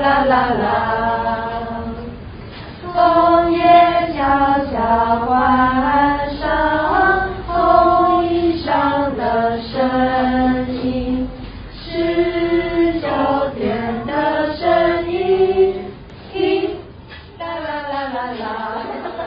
啦啦啦，枫叶悄悄换上红衣裳的身影，是秋天的声音，啦啦啦啦啦。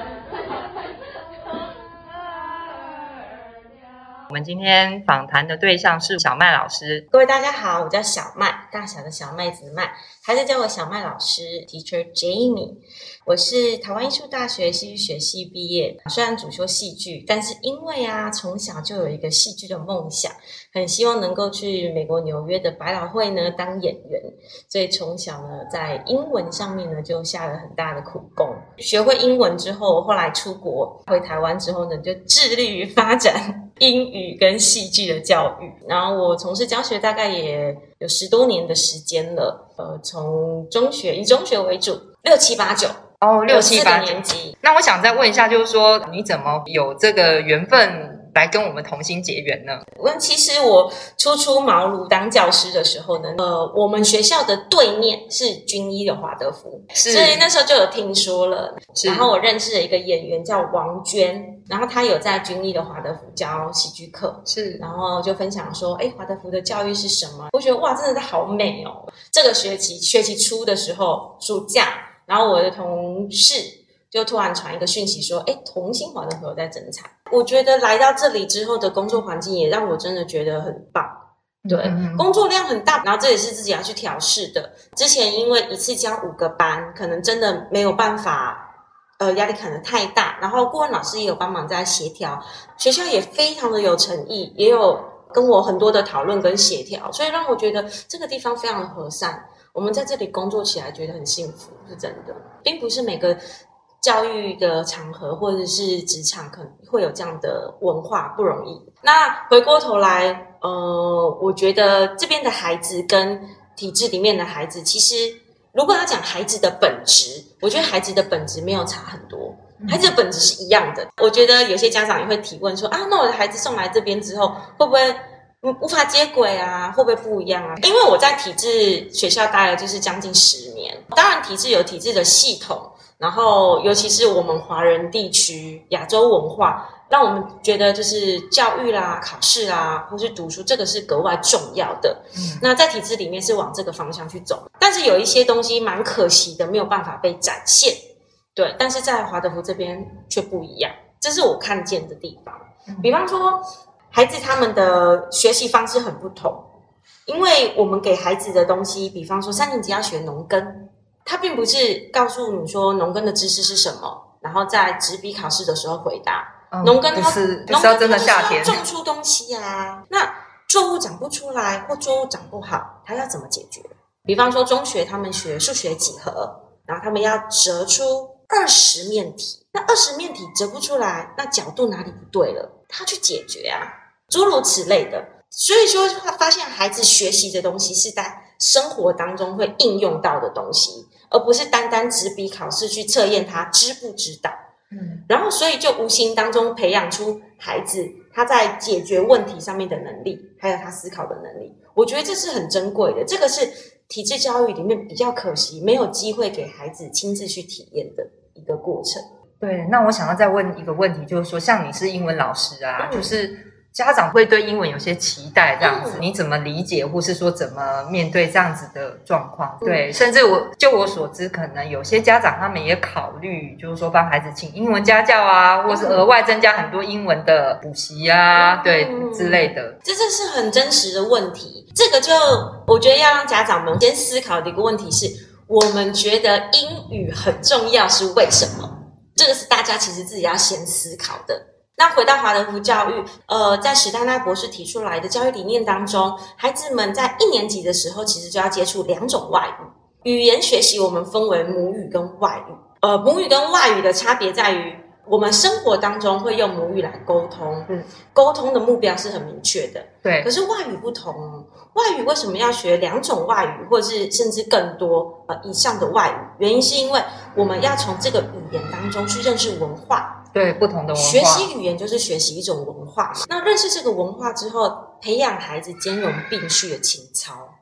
我们今天访谈的对象是小麦老师。 各位大家好，我叫小麦，大小的小麦子的麦，还是叫我小麦老师 Teacher Jamie。我是台湾艺术大学戏剧学系毕业，虽然主修戏剧，但是因为从小就有一个戏剧的梦想，很希望能够去美国纽约的百老汇呢当演员，所以从小呢在英文上面呢就下了很大的苦功。学会英文之后，后来出国回台湾之后呢，就致力于发展英语跟戏剧的教育。然后我从事教学大概也有10多年的时间了，从中学以中学为主，6、7、8、9。 6、7、8 年级。 那我想再问一下，就是说你怎么有这个缘分来跟我们同心结缘呢？ 其实我初出茅庐当教师的时候呢，我们学校的对面是军医的华德福，所以那时候就有听说了。然后我认识了一个演员叫王娟，然后他有在军医的华德福教戏剧课，然后就分享说，华德福的教育是什么？我觉得哇，真的是好美哦！这个学期初的时候，暑假。然后我的同事就突然传一个讯息说，同心华德福有在征才。我觉得来到这里之后的工作环境也让我真的觉得很棒。对，工作量很大，然后这也是自己要去调试的。之前因为一次教5个班，可能真的没有办法，压力可能太大。然后顾问老师也有帮忙在协调，学校也非常的有诚意，也有跟我很多的讨论跟协调，所以让我觉得这个地方非常的和善。我们在这里工作起来觉得很幸福，是真的，并不是每个教育的场合或者是职场可能会有这样的文化，不容易。那回过头来，我觉得这边的孩子跟体制里面的孩子，其实如果要讲孩子的本质，我觉得孩子的本质没有差很多，孩子的本质是一样的。我觉得有些家长也会提问说，那我的孩子送来这边之后，会不会无法接轨啊？会不会不一样啊？因为我在体制学校待了就是将近10年，当然体制有体制的系统，然后尤其是我们华人地区亚洲文化，让我们觉得就是教育啦、考试啦，或是读书，这个是格外重要的。那在体制里面是往这个方向去走，但是有一些东西蛮可惜的，没有办法被展现。对，但是在华德福这边却不一样，这是我看见的地方。比方说孩子他们的学习方式很不同，因为我们给孩子的东西，比方说3年级要学农耕，他并不是告诉你说农耕的知识是什么，然后在纸笔考试的时候回答。农耕它是要真的夏天种出东西啊，那作物长不出来或作物长不好，他要怎么解决？比方说中学他们学数学几何，然后他们要折出20面体，那20面体折不出来，那角度哪里不对了？他去解决啊，诸如此类的。所以说发现孩子学习的东西是在生活当中会应用到的东西，而不是单单纸笔考试去测验他知不知道。然后所以就无形当中培养出孩子他在解决问题上面的能力，还有他思考的能力。我觉得这是很珍贵的，这个是体制教育里面比较可惜没有机会给孩子亲自去体验的一个过程。 对，那我想要再问一个问题，就是说像你是英文老师啊，就是家长会对英文有些期待这样子，你怎么理解或是说怎么面对这样子的状况？对，甚至就我所知，可能有些家长他们也考虑就是说帮孩子请英文家教啊，或是额外增加很多英文的补习啊，对之类的。 这是很真实的问题，这个就我觉得要让家长们先思考的一个问题是，我们觉得英语很重要是为什么？这个是大家其实自己要先思考的。那回到华德福教育，在史丹奈博士提出来的教育理念当中，孩子们在1年级的时候其实就要接触2种外语。语言学习我们分为母语跟外语，母语跟外语的差别在于，我们生活当中会用母语来沟通，沟通的目标是很明确的。对，可是外语不同，外语为什么要学2种外语，或是甚至更多以上的外语？原因是因为我们要从这个语言当中去认识文化。 对，不同的文化， 学习语言就是学习一种文化嘛。那认识这个文化之后，培养孩子兼容并蓄的情操。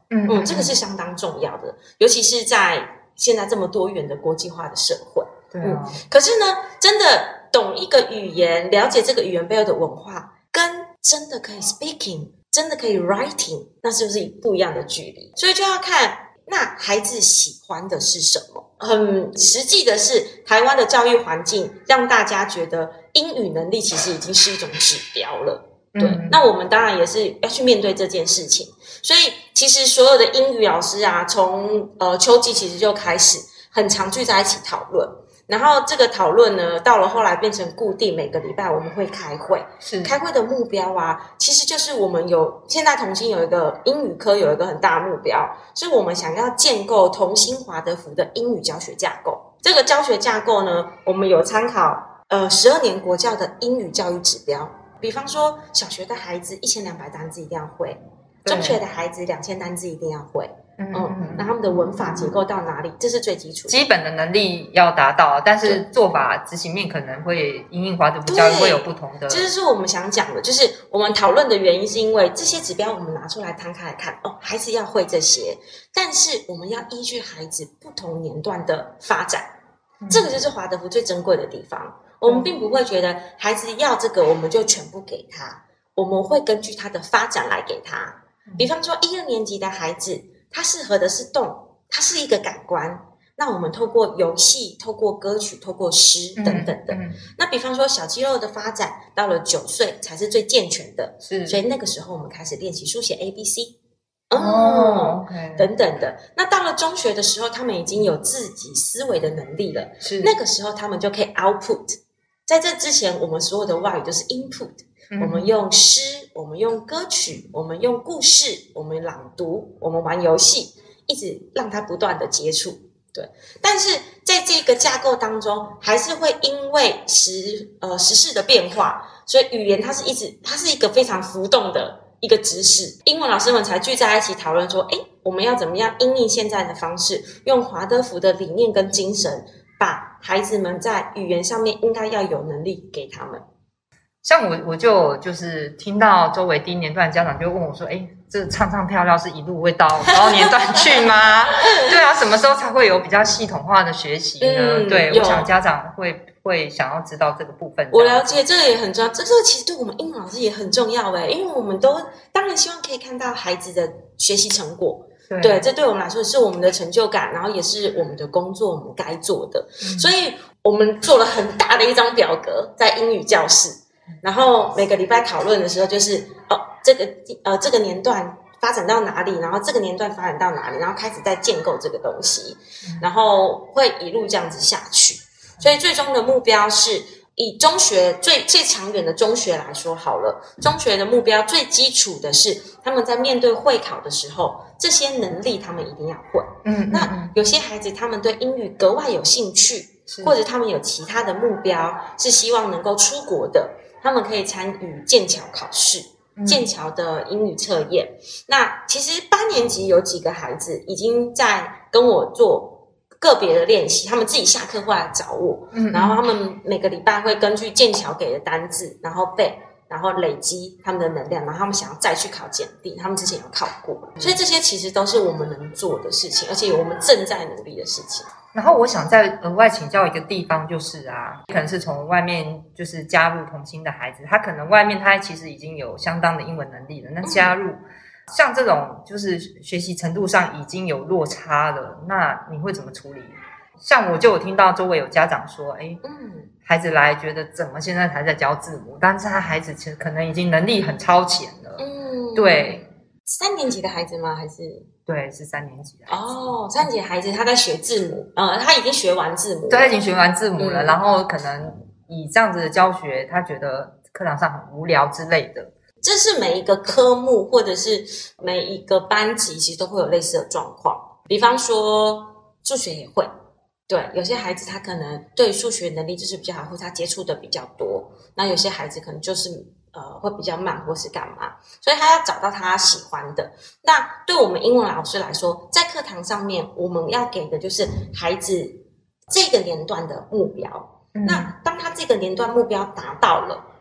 这个是相当重要的，尤其是在现在这么多元的国际化的社会。可是呢，真的懂一个语言，了解这个语言背后的文化，跟真的可以 speaking， 真的可以 writing， 那就是不一样的距离。所以就要看那孩子喜欢的是什么。很实际的是，台湾的教育环境让大家觉得英语能力其实已经是一种指标了。对，那我们当然也是要去面对这件事情。所以其实所有的英语老师啊，从秋季其实就开始很常聚在一起讨论。然后这个讨论呢，到了后来变成固定，每个礼拜我们会开会。开会的目标啊，其实就是我们现在同心有一个英语科有一个很大的目标，是我们想要建构同心华德福的英语教学架构。这个教学架构呢，我们有参考12年国教的英语教育指标，比方说小学的孩子1200单字一定要会，中学的孩子2000单字一定要会。那他们的文法结构到哪里？这是最基础的， 基本的能力要达到，但是做法执行面可能会因应华德福教育会有不同的。 这就是我们想讲的，就是我们讨论的原因是因为这些指标我们拿出来摊开来看，孩子要会这些，但是我们要依据孩子不同年段的发展，这个就是华德福最珍贵的地方。我们并不会觉得孩子要这个我们就全部给他，我们会根据他的发展来给他。比方说1、2年级的孩子，他适合的是动，他是一个感官，那我们透过游戏，透过歌曲，透过诗等等的。那比方说小肌肉的发展到了9岁才是最健全的，所以那个时候我们开始练习书写 ABC 等等的。那到了中学的时候，他们已经有自己思维的能力了，那个时候他们就可以 output。在这之前，我们所有的外语都是 input，我们用诗，我们用歌曲，我们用故事，我们朗读，我们玩游戏，一直让他不断的接触。对，但是在这个架构当中，还是会因为时事的变化，所以语言它是一个非常浮动的一个知识。英文老师们才聚在一起讨论说，我们要怎么样因应现在的方式，用华德福的理念跟精神，把孩子们在语言上面应该要有能力给他们。 像我就是听到周围低年段家长就问我说，这唱唱跳跳是一路会到高年段去吗？对啊，什么时候才会有比较系统化的学习呢？对，我想家长会想要知道这个部分。 我了解，这个也很重要，这个其实对我们英文老师也很重要因为我们都当然希望可以看到孩子的学习成果。对，这对我们来说是我们的成就感，然后也是我们的工作，我们该做的。所以我们做了很大的一张表格在英语教室。然后每个礼拜讨论的时候，就是这个年段发展到哪里，然后这个年段发展到哪里，然后开始在建构这个东西，然后会一路这样子下去。所以最终的目标是以中学最长远的中学来说好了，中学的目标最基础的是他们在面对会考的时候，这些能力他们一定要会。那有些孩子他们对英语格外有兴趣，或者他们有其他的目标是希望能够出国的，他们可以参与剑桥考试，剑桥的英语测验。那其实8年级有几个孩子已经在跟我做个别的练习，他们自己下课会来找我，然后他们每个礼拜会根据剑桥给的单字，然后背，然后累积他们的能量，然后他们想要再去考检定，他们之前有考过，所以这些其实都是我们能做的事情，而且我们正在努力的事情。 然后我想再额外请教一个地方，就是可能是从外面就是加入同心的孩子，他可能外面他其实已经有相当的英文能力了，那加入像这种就是学习程度上已经有落差了，那你会怎么处理？像我就有听到周围有家长说，孩子来觉得怎么现在才在教字母，但是他孩子其实可能已经能力很超前了。对 ，3年级的孩子吗？还是？ 对，是3年级的孩子。 3年级的孩子他在学字母，他已经学完字母了。 对，他已经学完字母了，然后可能以这样子的教学，他觉得课堂上很无聊之类的。 这是每一个科目或者是每一个班级其实都会有类似的状况。比方说数学也会，对，有些孩子他可能对数学能力就是比较好，或者他接触的比较多，那有些孩子可能就是会比较慢或是干嘛，所以他要找到他喜欢的。那对我们英文老师来说，在课堂上面我们要给的就是孩子这个年段的目标。那当他这个年段目标达到了，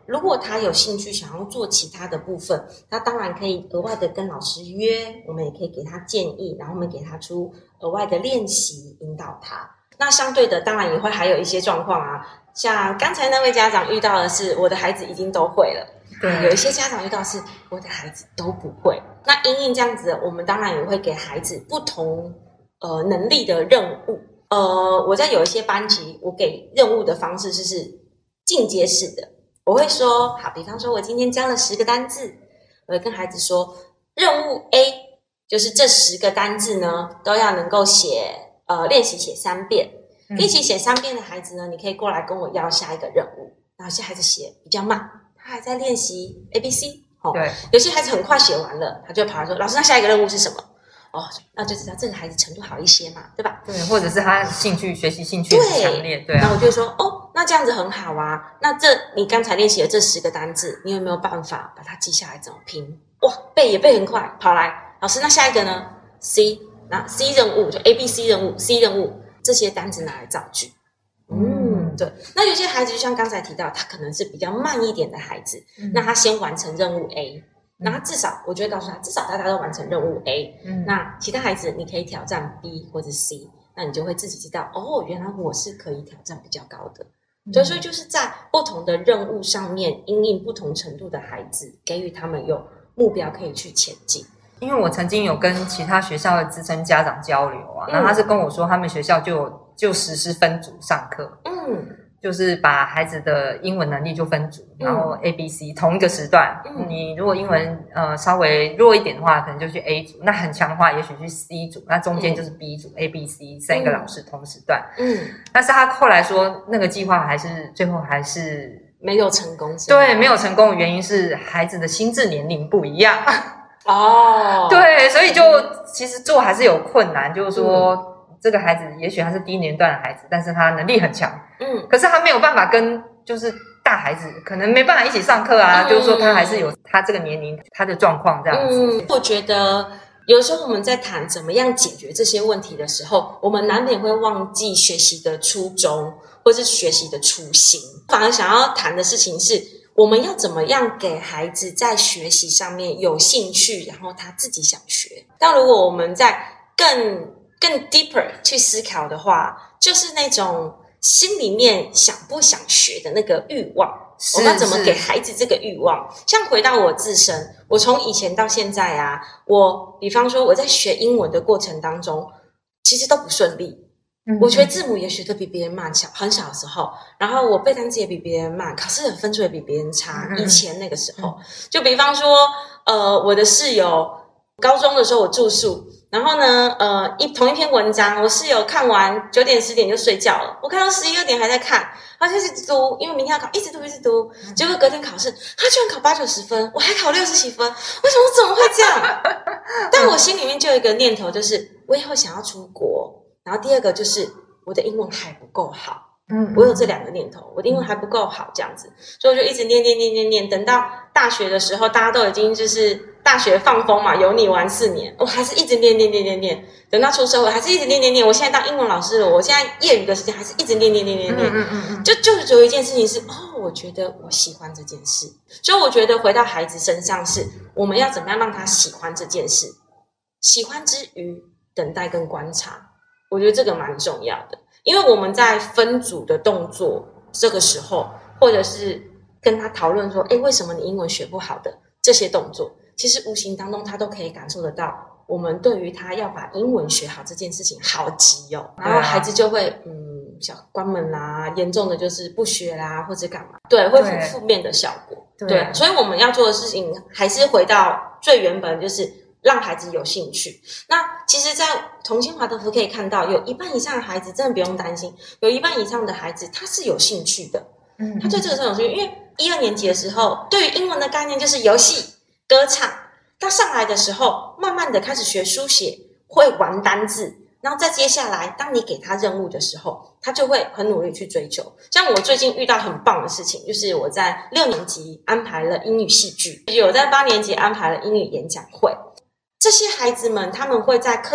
如果他有兴趣想要做其他的部分，他当然可以额外的跟老师约，我们也可以给他建议，然后我们给他出额外的练习引导他。那相对的当然也会还有一些状况啊，像刚才那位家长遇到的是我的孩子已经都会了，有一些家长遇到是我的孩子都不会。那因应这样子，我们当然也会给孩子不同能力的任务。我在有一些班级，我给任务的方式是进阶式的。我会说，好，比方说我今天教了10个单字，我会跟孩子说，任务 A 就是这10个单字呢都要能够练习写3遍。练习写3遍的孩子呢，你可以过来跟我要下一个任务。然后有些孩子写比较慢，他还在练习 ABC。 对， 有些孩子很快写完了，他就跑来说，老师，那下一个任务是什么？那就知道这个孩子程度好一些嘛，对吧？ 对，或者是他学习兴趣很强烈，对啊。 那我就说，那这样子很好啊。那你刚才练习的这10个单字，你有没有办法把它记下来怎么拼？哇，背也背很快，跑来，老师，那下一个呢 ？C， 那 C 任务就 ABC 任务 ，C 任务，这些单字拿来造句。对。那有些孩子就像刚才提到，他可能是比较慢一点的孩子，那他先完成任务 A。那他至少，我就会告诉他，至少大家都完成任务 A。那其他孩子你可以挑战 B 或者 C， 那你就会自己知道，原来我是可以挑战比较高的。所以就是在不同的任务上面，因应不同程度的孩子，给予他们有目标可以去前进。 因为我曾经有跟其他学校的资深家长交流啊，然后他是跟我说，他们学校就实施分组上课。就是把孩子的英文能力就分组，然后 A、B、C 同一个时段。你如果英文稍微弱一点的话，可能就去 A 组；那很强的话，也许去 C 组。那中间就是 B 组、A、B、C 3个老师同时段。但是他后来说，那个计划最后还是没有成功。 对，没有成功的原因是孩子的心智年龄不一样。对，所以就其实做还是有困难，就是说。这个孩子也许他是低年段的孩子，但是他能力很强，可是他没有办法跟就是大孩子，可能没办法一起上课啊，就是说他还是有他这个年龄他的状况这样子。 我觉得有时候我们在谈怎么样解决这些问题的时候，我们难免会忘记学习的初衷或是学习的初心，反而想要谈的事情是我们要怎么样给孩子在学习上面有兴趣，然后他自己想学。但如果我们在更 deeper 去思考的话，就是那种心里面想不想学的那个欲望，我们要怎么给孩子这个欲望？像回到我自身，我从以前到现在啊，比方说我在学英文的过程当中，其实都不顺利。我学字母也学得比别人慢，很小的时候，然后我背单词也比别人慢，考试的分数也比别人差。以前那个时候，就比方说，我的室友，高中的时候我住宿。然后呢，同一篇文章，我室友看完9点10点就睡觉了，我看到11、2点还在看，他就一直读，因为明天要考，一直读，结果隔天考试，他居然考80、90分，我还考60几分，为什么怎么会这样？但我心里面就有一个念头，就是我以后想要出国，然后第二个就是我的英文还不够好。我有这2个念头，我的英文还不够好这样子，所以我就一直念，等到大学的时候，大家都已经就是大学放风嘛，有你玩4年，我还是一直念，等到出社会还是一直念，我现在当英文老师了，我现在业余的时间还是一直念，就是只有一件事情是我觉得我喜欢这件事，所以我觉得回到孩子身上是我们要怎么样让他喜欢这件事，喜欢之余等待跟观察，我觉得这个蛮重要的。因为我们在分组的动作这个时候，或者是跟他讨论说为什么你英文学不好的这些动作，其实无形当中他都可以感受得到我们对于他要把英文学好这件事情好急哦，然后孩子就会小关门啦，严重的就是不学啦或者干嘛，对，会负面的效果。对，所以我们要做的事情还是回到最原本，就是让孩子有兴趣。那其实在同心华德福可以看到，有1半以上的孩子真的不用担心，有1半以上的孩子他是有兴趣的，他对这个是有兴趣。因为1、2年级的时候，对于英文的概念就是游戏、歌唱，他上来的时候慢慢的开始学书写，会玩单字，然后再接下来当你给他任务的时候，他就会很努力去追求。像我最近遇到很棒的事情，就是我在6年级安排了英语戏剧，有在8年级安排了英语演讲会。这些孩子们他们会在课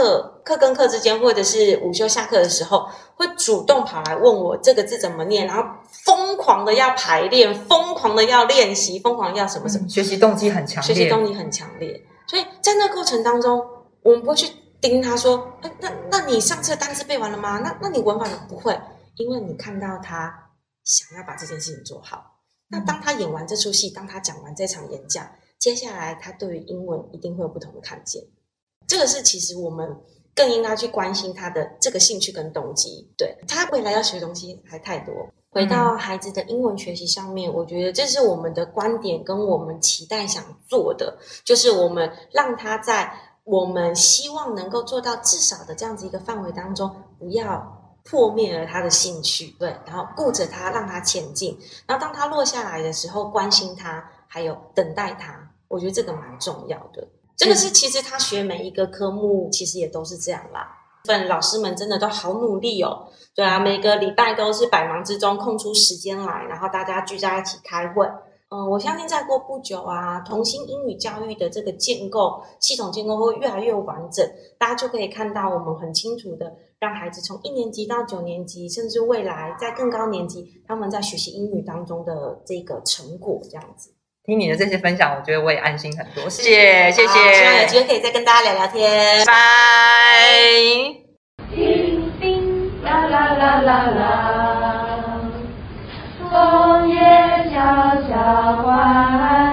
课跟课之间，或者是午休下课的时候，会主动跑来问我这个字怎么念，然后疯狂的要排练，疯狂的要练习，疯狂要什么什么， 学习动机很强烈， 学习动力很强烈。所以在那过程当中，我们不会去盯他说，那你上次的单词背完了吗？那你文法不会，因为你看到他想要把这件事情做好。那当他演完这出戏，当他讲完这场演讲，接下来他对于英文一定会有不同的看见。这个是其实我们更应该去关心他的这个兴趣跟动机，对，他未来要学的东西还太多。回到孩子的英文学习上面，我觉得这是我们的观点跟我们期待想做的，就是我们让他在我们希望能够做到至少的这样子一个范围当中，不要破灭了他的兴趣，对，然后顾着他，让他前进，然后当他落下来的时候，关心他，还有等待他，我觉得这个蛮重要的。这个是其实他学每一个科目其实也都是这样啦，老师们真的都好努力哦，对啊，每个礼拜都是百忙之中空出时间来，然后大家聚在一起开会。我相信再过不久啊，同心英语教育的这个建构系统建构会越来越完整，大家就可以看到我们很清楚的让孩子从1年级到9年级，甚至未来在更高年级，他们在学习英语当中的这个成果这样子。 听你的这些分享，我觉得我也安心很多，谢谢，谢谢， 希望有机会可以再跟大家聊聊天， 拜。 叮叮啦啦啦啦啦，枫叶悄悄话。